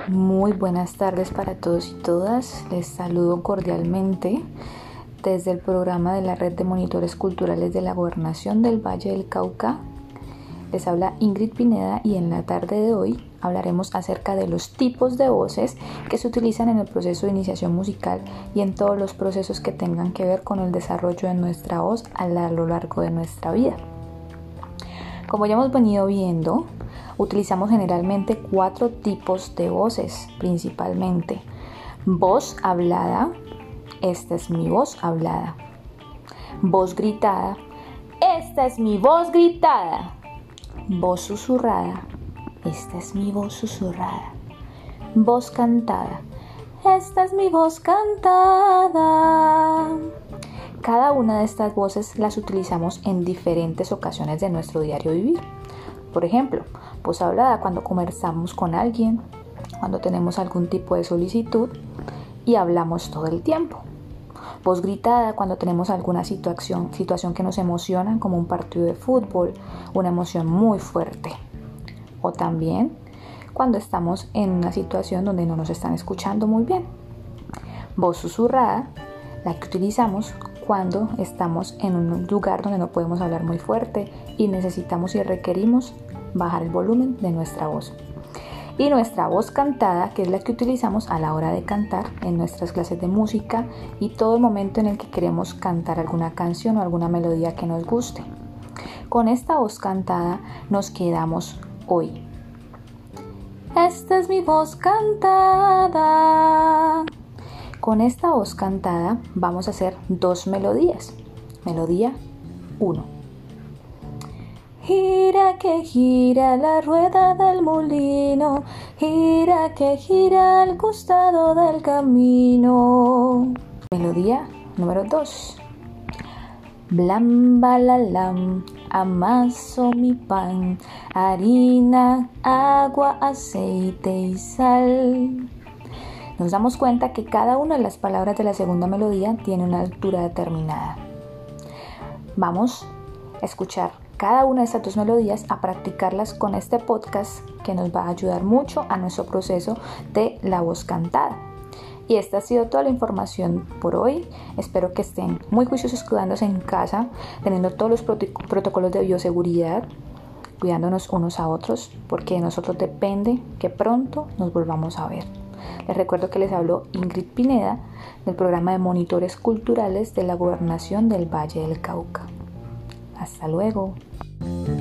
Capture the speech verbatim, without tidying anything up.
Muy buenas tardes para todos y todas. Les saludo cordialmente desde el programa de la Red de Monitores Culturales de la Gobernación del Valle del Cauca. Les habla Ingrid Pineda y en la tarde de hoy hablaremos acerca de los tipos de voces que se utilizan en el proceso de iniciación musical y en todos los procesos que tengan que ver con el desarrollo de nuestra voz a lo largo de nuestra vida. Como ya hemos venido viendo, utilizamos generalmente cuatro tipos de voces principalmente. Voz hablada, esta es mi voz hablada. Voz gritada, esta es mi voz gritada. Voz susurrada, esta es mi voz susurrada. Voz cantada, esta es mi voz cantada. Cada una de estas voces las utilizamos en diferentes ocasiones de nuestro diario vivir. Por ejemplo, voz hablada cuando conversamos con alguien, cuando tenemos algún tipo de solicitud y hablamos todo el tiempo. Voz gritada cuando tenemos alguna situación, situación que nos emociona, como un partido de fútbol, una emoción muy fuerte. O también cuando estamos en una situación donde no nos están escuchando muy bien. Voz susurrada, la que utilizamos cuando estamos en un lugar donde no podemos hablar muy fuerte y necesitamos y requerimos bajar el volumen de nuestra voz. Y nuestra voz cantada, que es la que utilizamos a la hora de cantar en nuestras clases de música y todo el momento en el que queremos cantar alguna canción o alguna melodía que nos guste. Con esta voz cantada nos quedamos hoy. Esta es mi voz cantada. Con esta voz cantada vamos a hacer dos melodías. Melodía uno. Gira que gira la rueda del molino, gira que gira al costado del camino. Melodía número dos. Blam balalam, amaso mi pan, harina, agua, aceite y sal. Nos damos cuenta que cada una de las palabras de la segunda melodía tiene una altura determinada. Vamos a escuchar cada una de estas dos melodías, a practicarlas con este podcast que nos va a ayudar mucho a nuestro proceso de la voz cantada. Y esta ha sido toda la información por hoy. Espero que estén muy juiciosos cuidándose en casa, teniendo todos los prot- protocolos de bioseguridad, cuidándonos unos a otros, porque de nosotros depende que pronto nos volvamos a ver. Les recuerdo que les habló Ingrid Pineda del programa de Monitores Culturales de la Gobernación del Valle del Cauca. Hasta luego.